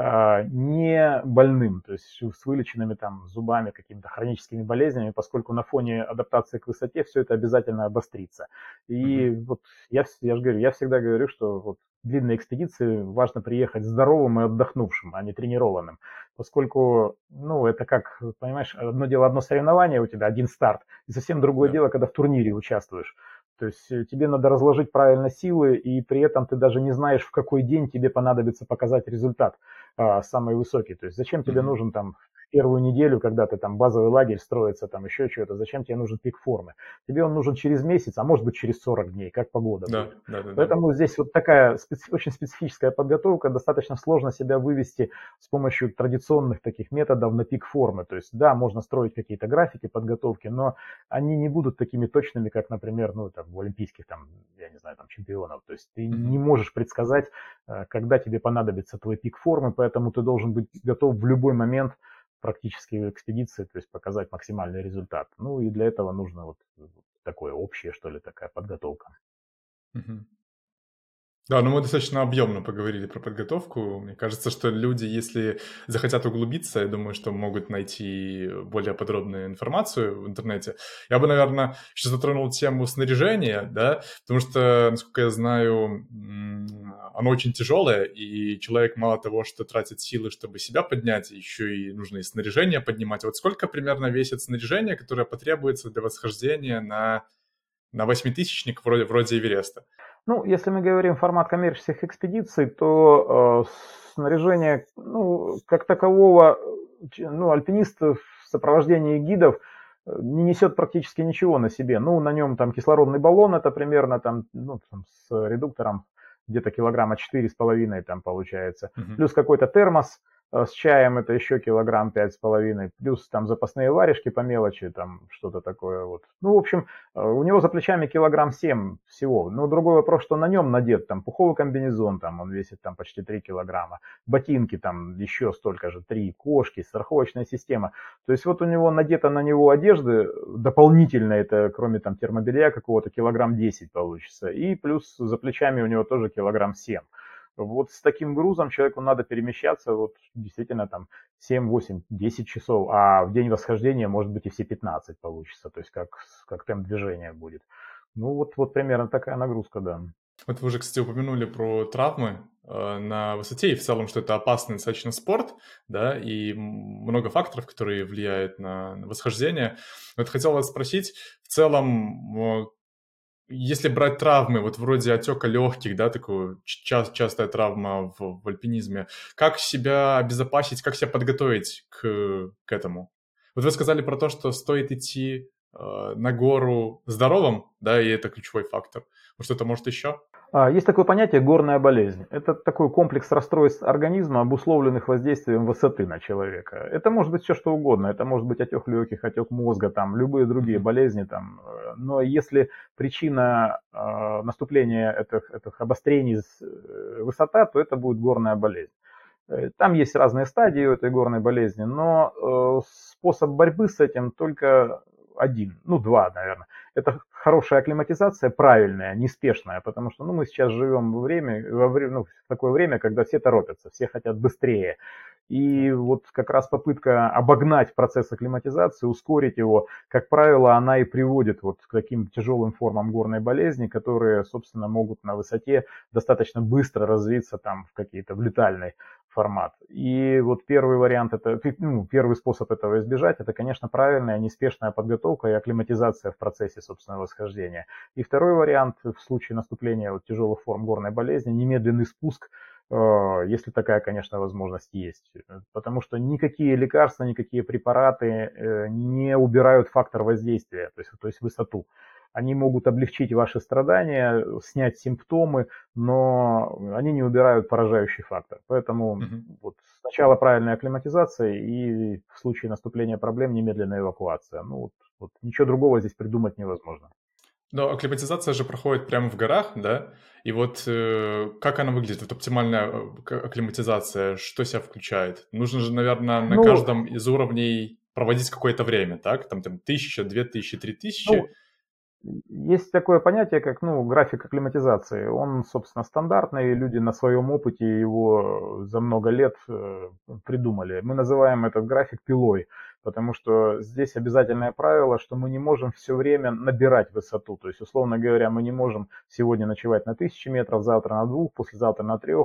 не больным, то есть с вылеченными там зубами, какими-то хроническими болезнями, поскольку на фоне адаптации к высоте все это обязательно обострится. И Мгм. вот я же говорю, я всегда говорю, что вот длинной экспедиции важно приехать здоровым и отдохнувшим, а не тренированным. Поскольку, это как, понимаешь, одно дело, одно соревнование у тебя, один старт, и совсем другое Да. дело, когда в турнире участвуешь. То есть тебе надо разложить правильно силы, и при этом ты даже не знаешь, в какой день тебе понадобится показать результат самый высокий. То есть зачем тебе Мгм. нужен там в первую неделю, когда ты там базовый лагерь строится, там еще что-то, зачем тебе нужен пик формы? Тебе он нужен через месяц, а может быть через 40 дней, как погода Да, будет. да-да-да. Поэтому здесь вот такая очень специфическая подготовка, достаточно сложно себя вывести с помощью традиционных таких методов на пик формы. То есть, да, можно строить какие-то графики подготовки, но они не будут такими точными, как, например, в олимпийских, там, я не знаю, там, чемпионов. То есть ты не Мгм. можешь предсказать, когда тебе понадобится твой пик формы, поэтому ты должен быть готов в любой момент практически в экспедиции, то есть показать максимальный результат. Ну и для этого нужно вот такое общее, что ли, такая подготовка. Мгм. Да, ну мы достаточно объемно поговорили про подготовку. Мне кажется, что люди, если захотят углубиться, я думаю, что могут найти более подробную информацию в интернете. Я бы, наверное, еще затронул тему снаряжения, да, потому что, насколько я знаю, оно очень тяжелое, и человек мало того, что тратит силы, чтобы себя поднять, еще и нужно и снаряжение поднимать. Вот сколько примерно весит снаряжение, которое потребуется для восхождения на на восьмитысячник вроде Эвереста? Ну, если мы говорим формат коммерческих экспедиций, то снаряжение, ну, как такового, ну, альпинист в сопровождении гидов не несет практически ничего на себе. Ну, на нем там кислородный баллон, это примерно там, ну, там с редуктором где-то килограмма 4,5 там получается. Плюс какой-то термос с чаем, это еще килограмм 5,5. Плюс там запасные варежки по мелочи, там что-то такое вот. Ну, в общем, у него за плечами килограмм 7 всего. Но другой вопрос, что на нем надет там пуховый комбинезон, там он весит там почти 3 килограмма. Ботинки там еще столько же, 3, кошки, страховочная система. То есть вот у него надето на него одежды дополнительно, это кроме там термобелья какого-то килограмм 10 получится. И плюс за плечами у него тоже килограмм 7. Вот с таким грузом человеку надо перемещаться вот действительно там 7, 8, 10 часов, а в день восхождения может быть и все 15 получится, то есть как темп движения будет. Ну вот примерно такая нагрузка, да. Вот вы уже, кстати, упомянули про травмы на высоте и в целом, что это опасный достаточно спорт, да, и много факторов, которые влияют на восхождение. Вот хотел вас спросить, в целом, если брать травмы, вот вроде отека легких, да, такую частая травма в альпинизме, как себя обезопасить, как себя подготовить к этому? Вот вы сказали про то, что стоит идти на гору здоровым, да, и это ключевой фактор. Что-то может еще? Есть такое понятие горная болезнь. Это такой комплекс расстройств организма, обусловленных воздействием высоты на человека. Это может быть все что угодно. Это может быть отек легких, отек мозга, там, любые другие болезни. Там. Но если причина наступления этих обострений высота, то это будет горная болезнь. Там есть разные стадии у этой горной болезни, но способ борьбы с этим только один, ну два, наверное. Это хорошая акклиматизация, правильная, неспешная, потому что ну, мы сейчас живем в такое время, когда все торопятся, все хотят быстрее. И вот как раз попытка обогнать процесс акклиматизации, ускорить его, как правило, она и приводит вот к таким тяжелым формам горной болезни, которые, собственно, могут на высоте достаточно быстро развиться там в какие-то в летальный формат. И вот первый вариант, первый способ этого избежать, это, конечно, правильная, неспешная подготовка и акклиматизация в процессе, собственно, восхождения. И второй вариант, в случае наступления вот тяжелых форм горной болезни, немедленный спуск, если такая, конечно, возможность есть. Потому что никакие лекарства, никакие препараты не убирают фактор воздействия, то есть высоту. Они могут облегчить ваши страдания, снять симптомы, но они не убирают поражающий фактор. Поэтому вот сначала правильная акклиматизация и в случае наступления проблем немедленная эвакуация. Ну вот ничего другого здесь придумать невозможно. Но акклиматизация же проходит прямо в горах, да? И вот как она выглядит, вот оптимальная акклиматизация, что себя включает? Нужно же, наверное, на Ну, каждом из уровней проводить какое-то время, так? Там 1000, 2000, 3000. ну, Есть такое понятие, как график акклиматизации. Он, собственно, стандартный, люди на своем опыте его за много лет придумали. Мы называем этот график пилой, потому что здесь обязательное правило, что мы не можем все время набирать высоту. То есть, условно говоря, мы не можем сегодня ночевать на 1000 метров, завтра на 2, послезавтра на 3,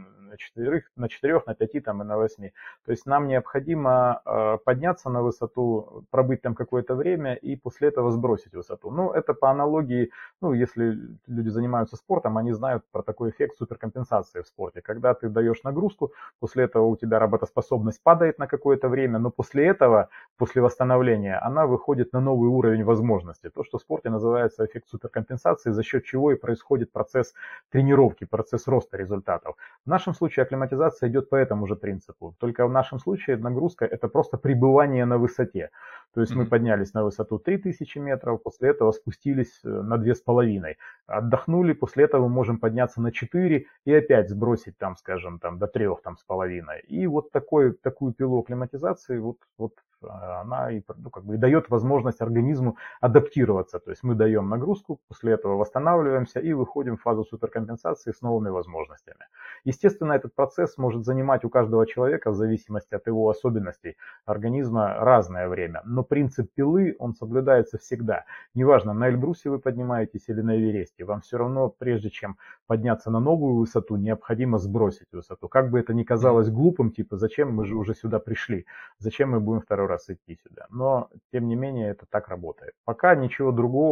на 4, на 5 там, и на 8. То есть нам необходимо подняться на высоту, пробыть там какое-то время и после этого сбросить высоту. Ну, это по аналогии, если люди занимаются спортом, они знают про такой эффект суперкомпенсации в спорте. Когда ты даешь нагрузку, после этого у тебя работоспособность падает на какое-то время, но после этого, после восстановления, она выходит на новый уровень возможностей. То, что в спорте называется эффект суперкомпенсации, за счет чего и происходит процесс тренировки, процесс роста результатов. В нашем случае акклиматизация идет по этому же принципу. Только в нашем случае нагрузка – это просто пребывание на высоте. То есть мы поднялись на высоту 3000 метров, после этого спустились на 2,5. Отдохнули, после этого мы можем подняться на 4 и опять сбросить там, скажем, до 3,5. И вот такую пилу акклиматизации, вот она и дает возможность организму адаптироваться. То есть мы даем нагрузку, после этого восстанавливаемся и выходим в фазу суперкомпенсации с новыми возможностями. Естественно, этот процесс может занимать у каждого человека в зависимости от его особенностей организма разное время. Но принцип пилы, он соблюдается всегда. Неважно, на Эльбрусе вы поднимаетесь или на Эвересте, вам все равно, прежде чем подняться на новую высоту, необходимо сбросить высоту. Как бы это ни казалось глупым, типа, зачем мы же уже сюда пришли, зачем мы будем второй раз идти сюда. Но, тем не менее, это так работает. Пока ничего другого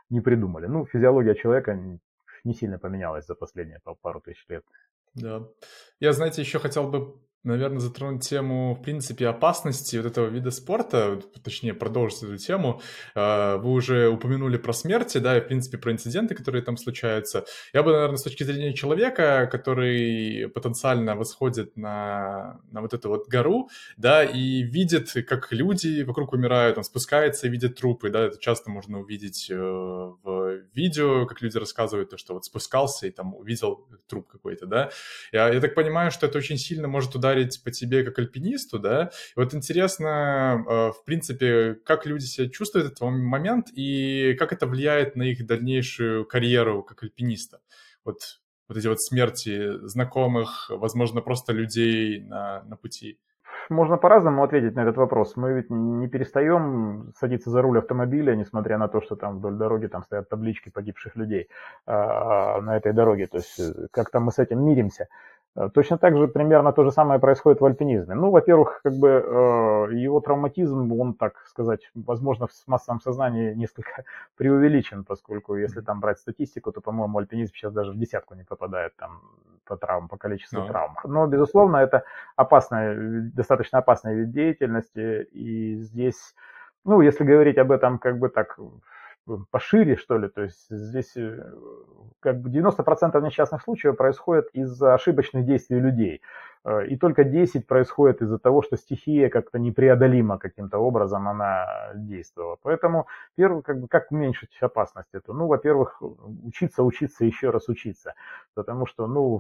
не придумали. Ну, физиология человека не сильно поменялась за последние пару тысяч лет. Да. Я, знаете, еще хотел бы, наверное, затронуть тему, в принципе, опасности вот этого вида спорта, точнее, продолжить эту тему. Вы уже упомянули про смерти, да, и, в принципе, про инциденты, которые там случаются. Я бы, наверное, с точки зрения человека, который потенциально восходит на вот эту вот гору, да, и видит, как люди вокруг умирают, он спускается и видит трупы, да, это часто можно увидеть в видео, как люди рассказывают, то, что вот спускался и там увидел труп какой-то, да. Я так понимаю, что это очень сильно может ударить по тебе как альпинисту, да? И вот интересно, в принципе, как люди себя чувствуют в этот момент и как это влияет на их дальнейшую карьеру как альпиниста. Вот эти вот смерти знакомых, возможно, просто людей на пути. Можно по-разному ответить на этот вопрос. Мы ведь не перестаем садиться за руль автомобиля, несмотря на то, что там вдоль дороги там стоят таблички погибших людей на этой дороге. То есть как-то мы с этим миримся. Точно так же примерно то же самое происходит в альпинизме. Ну, во-первых, как бы его травматизм, он, так сказать, возможно, в массовом сознании несколько преувеличен, поскольку если там брать статистику, то, по-моему, альпинизм сейчас даже в десятку не попадает там по травм, по количеству травм. Но, безусловно, это опасная, достаточно опасный вид деятельности, и здесь, ну, если говорить об этом как бы так пошире, что ли, то есть здесь как бы 90% несчастных случаев происходит из-за ошибочных действий людей, и только 10 происходит из-за того, что стихия как-то непреодолима каким-то образом она действовала. Поэтому первый, как бы, как уменьшить опасность эту? Ну, во-первых, учиться, еще раз учиться, потому что, ну,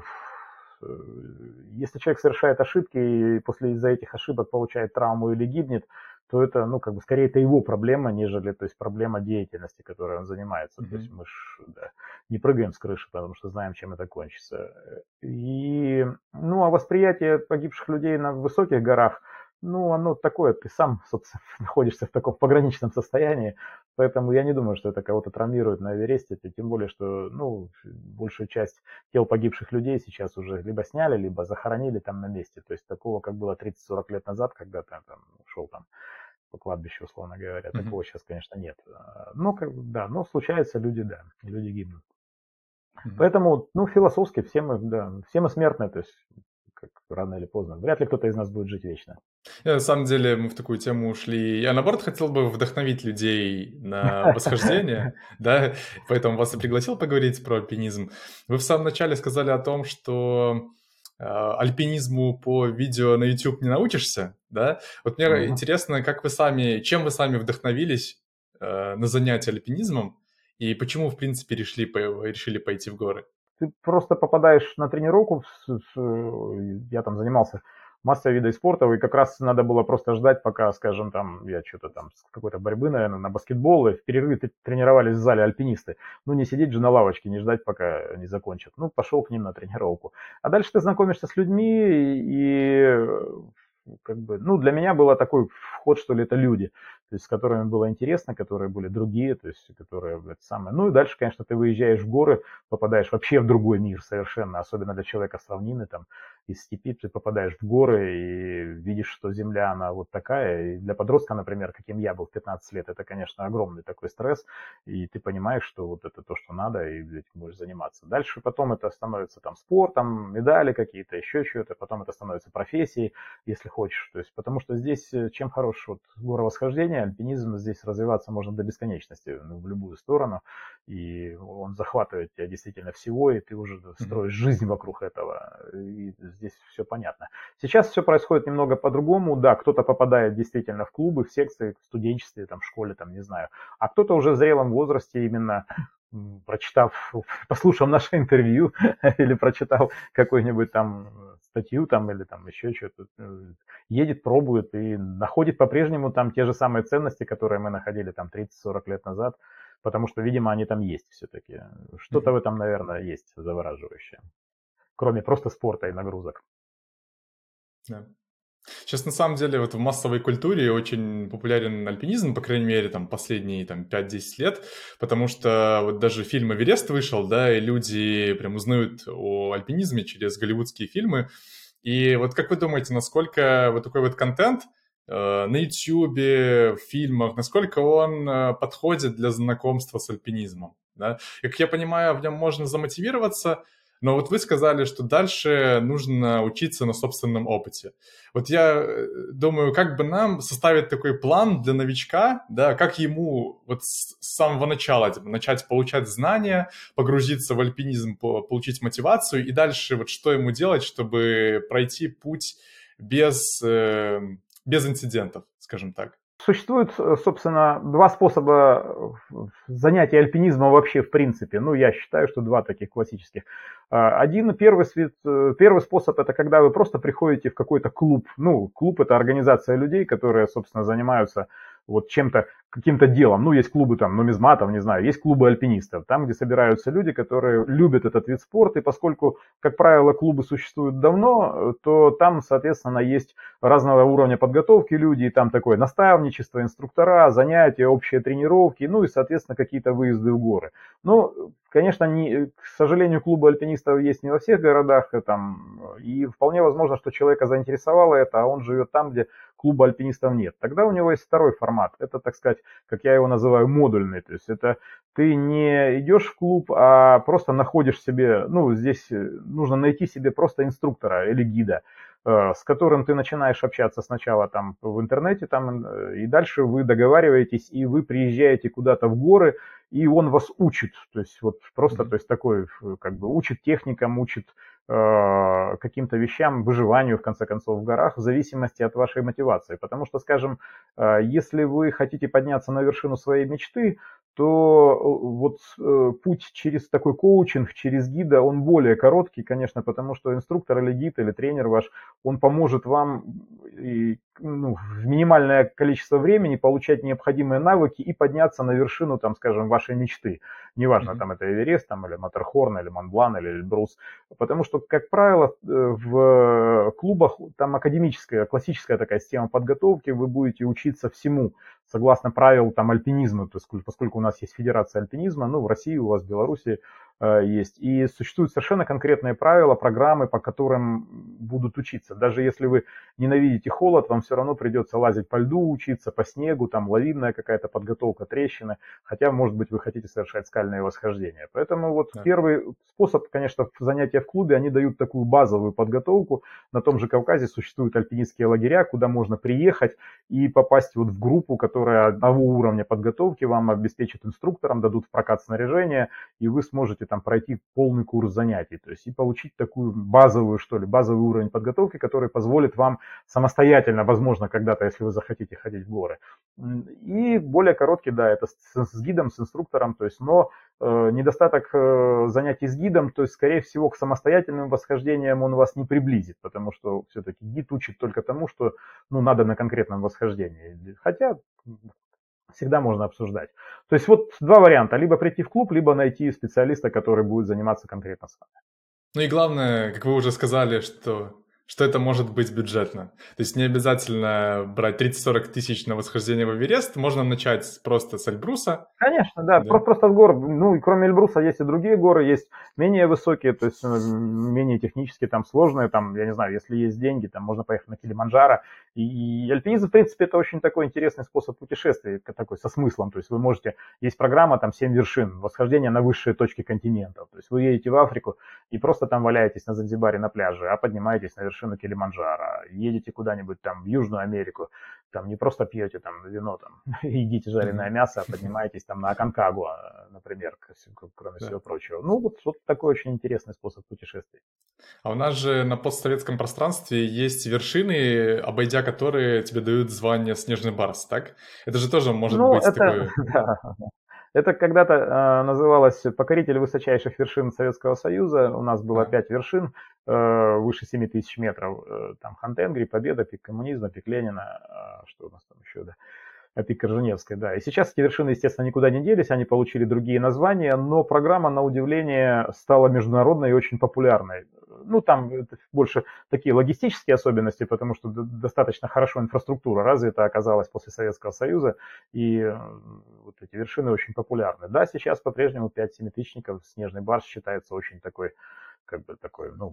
если человек совершает ошибки и после из-за этих ошибок получает травму или гибнет, то это, ну, как бы, скорее это его проблема, нежели, то есть, проблема деятельности, которой он занимается. То есть мы ж, да, не прыгаем с крыши, потому что знаем, чем это кончится. И, ну, а восприятие погибших людей на высоких горах, ну, оно такое, ты сам, собственно, находишься в таком пограничном состоянии, поэтому я не думаю, что это кого-то травмирует на Эвересте, тем более, что, ну, большую часть тел погибших людей сейчас уже либо сняли, либо захоронили там на месте. То есть такого, как было 30-40 лет назад, когда ты там шел там по кладбищу, условно говоря, такого сейчас, конечно, нет. Но, как, да, но случается, люди, да, люди гибнут. Поэтому, ну, философски все мы, да, все мы смертны, то есть как рано или поздно. Вряд ли кто-то из нас будет жить вечно. На самом деле мы в такую тему ушли. Я, наоборот, хотел бы вдохновить людей на восхождение, да, поэтому вас и пригласил поговорить про альпинизм. Вы в самом начале сказали о том, что альпинизму по видео на YouTube не научишься, да? Вот мне интересно, как вы сами, чем вы сами вдохновились на занятия альпинизмом и почему, в принципе, решили пойти в горы? Ты просто попадаешь на тренировку, я там занимался массой видов спорта, и как раз надо было просто ждать, пока, скажем, там, я что-то там с какой-то борьбы, наверное, на баскетбол, и в перерыве тренировались в зале альпинисты. Ну, не сидеть же на лавочке, не ждать, пока они закончат. Ну, пошел к ним на тренировку. А дальше ты знакомишься с людьми, и как бы, ну, для меня было такой вход, что ли, это люди, то есть с которыми было интересно, которые были другие, то есть которые это самое. Ну и дальше, конечно, ты выезжаешь в горы, попадаешь вообще в другой мир совершенно, особенно для человека с равнины, там, из степи, ты попадаешь в горы и видишь, что земля, она вот такая. И для подростка, например, каким я был в 15 лет, это, конечно, огромный такой стресс, и ты понимаешь, что вот это то, что надо, и этим будешь заниматься. Дальше потом это становится там спортом, медали какие-то, еще что-то, потом это становится профессией, если хочешь. То есть, потому что здесь чем хорош вот горовосхождение, альпинизм, здесь развиваться можно до бесконечности, ну, в любую сторону, и он захватывает тебя действительно всего, и ты уже строишь жизнь вокруг этого, и здесь все понятно. Сейчас все происходит немного по-другому, да, кто-то попадает действительно в клубы, в секции, в студенчестве, там, в школе, там, не знаю, а кто-то уже в зрелом возрасте именно прочитав, послушав наше интервью или прочитал какую-нибудь там статью там или там еще что-то, едет, пробует и находит по-прежнему там те же самые ценности, которые мы находили там 30-40 лет назад, потому что, видимо, они там есть все-таки. Что-то в этом, наверное, есть завораживающее, кроме просто спорта и нагрузок. Да. Сейчас, на самом деле, вот в массовой культуре очень популярен альпинизм, по крайней мере, там, последние там, 5-10 лет, потому что вот даже фильм «Эверест» вышел, да, и люди прям узнают о альпинизме через голливудские фильмы. И вот как вы думаете, насколько вот такой вот контент на Ютьюбе, в фильмах, насколько он подходит для знакомства с альпинизмом, да? И, как я понимаю, в нем можно замотивироваться, но вот вы сказали, что дальше нужно учиться на собственном опыте. Вот я думаю, как бы нам составить такой план для новичка, да, как ему вот с самого начала типа, начать получать знания, погрузиться в альпинизм, получить мотивацию, и дальше вот что ему делать, чтобы пройти путь без, без инцидентов, скажем так. Существует, собственно, два способа занятия альпинизмом вообще в принципе. Ну, я считаю, что два таких классических. Первый способ это когда вы просто приходите в какой-то клуб. Ну, клуб это организация людей, которые, собственно, занимаются вот чем-то, каким-то делом. Ну, есть клубы там нумизматов, не знаю, есть клубы альпинистов, там, где собираются люди, которые любят этот вид спорта, и поскольку, как правило, клубы существуют давно, то там, соответственно, есть разного уровня подготовки люди, и там такое наставничество, инструктора, занятия, общие тренировки, ну и, соответственно, какие-то выезды в горы. Ну, конечно, к сожалению, клубы альпинистов есть не во всех городах, и вполне возможно, что человека заинтересовало это, а он живет там, где клуба альпинистов нет. Тогда у него есть второй формат, это, так сказать, как я его называю, модульный, то есть это ты не идешь в клуб, а просто находишь себе, ну, здесь нужно найти себе просто инструктора или гида, с которым ты начинаешь общаться сначала там в интернете, и дальше вы договариваетесь, и вы приезжаете куда-то в горы, и он вас учит, то есть вот просто, то есть такой, как бы учит техникам, учит каким-то вещам, выживанию, в конце концов, в горах, в зависимости от вашей мотивации. Потому что, скажем, если вы хотите подняться на вершину своей мечты, то путь через такой коучинг, через гида, он более короткий, конечно, потому что инструктор или гид, или тренер ваш, он поможет вам в минимальное количество времени получать необходимые навыки и подняться на вершину, там, скажем, вашей мечты. Неважно, там это Эверест, там, или Маттерхорн, или Монблан, или Эльбрус. Потому что, как правило, в клубах там академическая, классическая такая система подготовки, вы будете учиться всему, согласно правил там альпинизма, то есть, поскольку у нас есть Федерация альпинизма, ну, в России, у вас в Беларуси есть. И существуют совершенно конкретные правила, программы, по которым будут учиться. Даже если вы ненавидите холод, вам все равно придется лазить по льду, учиться по снегу, там лавинная какая-то подготовка, трещины, хотя, может быть, вы хотите совершать скальные восхождения. Поэтому вот первый способ, конечно, занятия в клубе, они дают такую базовую подготовку. На том же Кавказе существуют альпинистские лагеря, куда можно приехать и попасть вот в группу, которая одного уровня подготовки вам обеспечит инструктором, дадут в прокат снаряжение, и вы сможете там пройти полный курс занятий, то есть и получить такую базовую, что ли, базовый уровень подготовки, который позволит вам самостоятельно, возможно, когда-то, если вы захотите ходить в горы. И более короткий, да, это с гидом, с инструктором, то есть, но недостаток занятий с гидом, то есть, скорее всего, к самостоятельным восхождениям он вас не приблизит, потому что все-таки гид учит только тому, что ну, надо на конкретном восхождении. Хотя всегда можно обсуждать. То есть вот два варианта. Либо прийти в клуб, либо найти специалиста, который будет заниматься конкретно с вами. Ну и главное, как вы уже сказали, что это может быть бюджетно. То есть не обязательно брать 30-40 тысяч на восхождение в Эверест. Можно начать просто с Эльбруса. Конечно, да, Да. просто с гор. Ну и кроме Эльбруса есть и другие горы, есть менее высокие, то есть менее технически там сложные, там, я не знаю, если есть деньги, там можно поехать на Килиманджаро. И альпинизм, в принципе, это очень такой интересный способ путешествия, такой со смыслом. То есть вы можете, есть программа там 7 вершин, восхождение на высшие точки континентов. То есть вы едете в Африку и просто там валяетесь на Занзибаре на пляже, а поднимаетесь на вершину Килиманджаро. Едете куда-нибудь там в Южную Америку, там не просто пьете там вино, там едите жареное мясо, а поднимаетесь там на Аконкагуа, например, кроме всего прочего. Ну, вот такой очень интересный способ путешествий. А у нас же на постсоветском пространстве есть вершины, обойдя которые тебе дают звание «Снежный барс», так? Это же тоже может Ну, быть это, такое... да, это когда-то называлось «Покоритель высочайших вершин Советского Союза». У нас было 5 вершин выше 7 тысяч метров. Там Хантенгри, Победа, пик коммунизма, пик Ленина. Что у нас там еще, да? Пик Корженевской, да. И сейчас эти вершины, естественно, никуда не делись, они получили другие названия, но программа, на удивление, стала международной и очень популярной. Ну, там это больше такие логистические особенности, потому что достаточно хорошо инфраструктура развита оказалась после Советского Союза, и вот эти вершины очень популярны. Да, сейчас по-прежнему 5 семитысячников, Снежный барс считается очень такой, как бы такой, ну,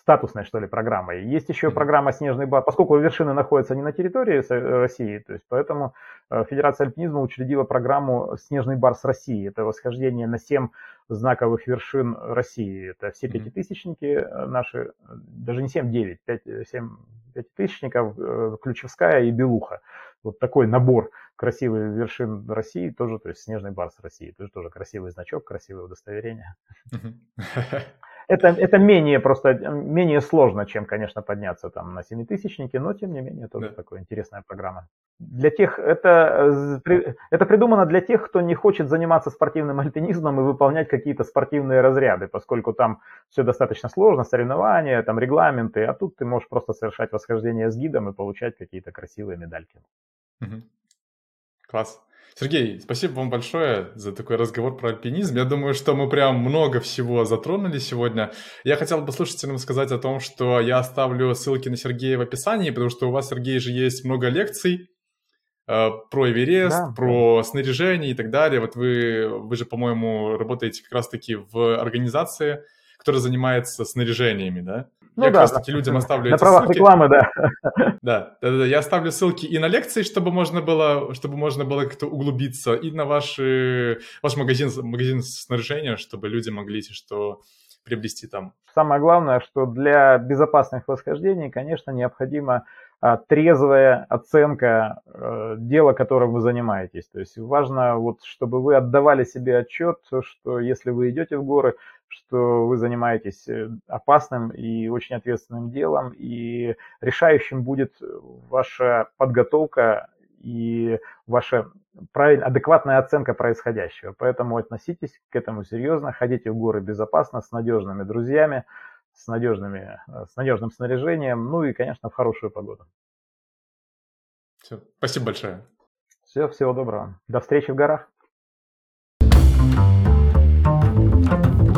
статусной, что ли, программой. Есть еще программа «Снежный бар», поскольку вершины находятся не на территории России, то есть поэтому Федерация альпинизма учредила программу «Снежный бар с России». Это восхождение на 7 знаковых вершин России. Это все пятитысячники наши, даже не 7, 9, 5, 7 пятитысячников, Ключевская и Белуха. Вот такой набор красивых вершин России тоже, то есть «Снежный бар с России». Тоже красивый значок, красивое удостоверение. Это менее сложно, чем, конечно, подняться там на семитысячники, но тем не менее тоже такая интересная программа. Для тех это придумано для тех, кто не хочет заниматься спортивным альпинизмом и выполнять какие-то спортивные разряды, поскольку там все достаточно сложно, соревнования, там регламенты, а тут ты можешь просто совершать восхождение с гидом и получать какие-то красивые медальки. Класс. Сергей, спасибо вам большое за такой разговор про альпинизм. Я думаю, что мы прям много всего затронули сегодня. Я хотел бы слушателям сказать о том, что я оставлю ссылки на Сергея в описании, потому что у вас, Сергей, же есть много лекций про Эверест, про снаряжение и так далее. Вот вы же, по-моему, работаете как раз-таки в организации, которая занимается снаряжениями, да? Я как раз-таки людям оставлю эти ссылки. На правах рекламы, да. Да, я оставлю ссылки и на лекции, чтобы можно было как-то углубиться, и на ваш магазин снаряжения, чтобы люди могли что приобрести там. Самое главное, что для безопасных восхождений, конечно, необходима трезвая оценка дела, которым вы занимаетесь. То есть важно, чтобы вы отдавали себе отчет, что если вы идете в горы, что вы занимаетесь опасным и очень ответственным делом, и решающим будет ваша подготовка и ваша адекватная оценка происходящего. Поэтому относитесь к этому серьезно, ходите в горы безопасно, с надежными друзьями, с надежным снаряжением, ну и, конечно, в хорошую погоду. Все, спасибо большое. Все, всего доброго. До встречи в горах.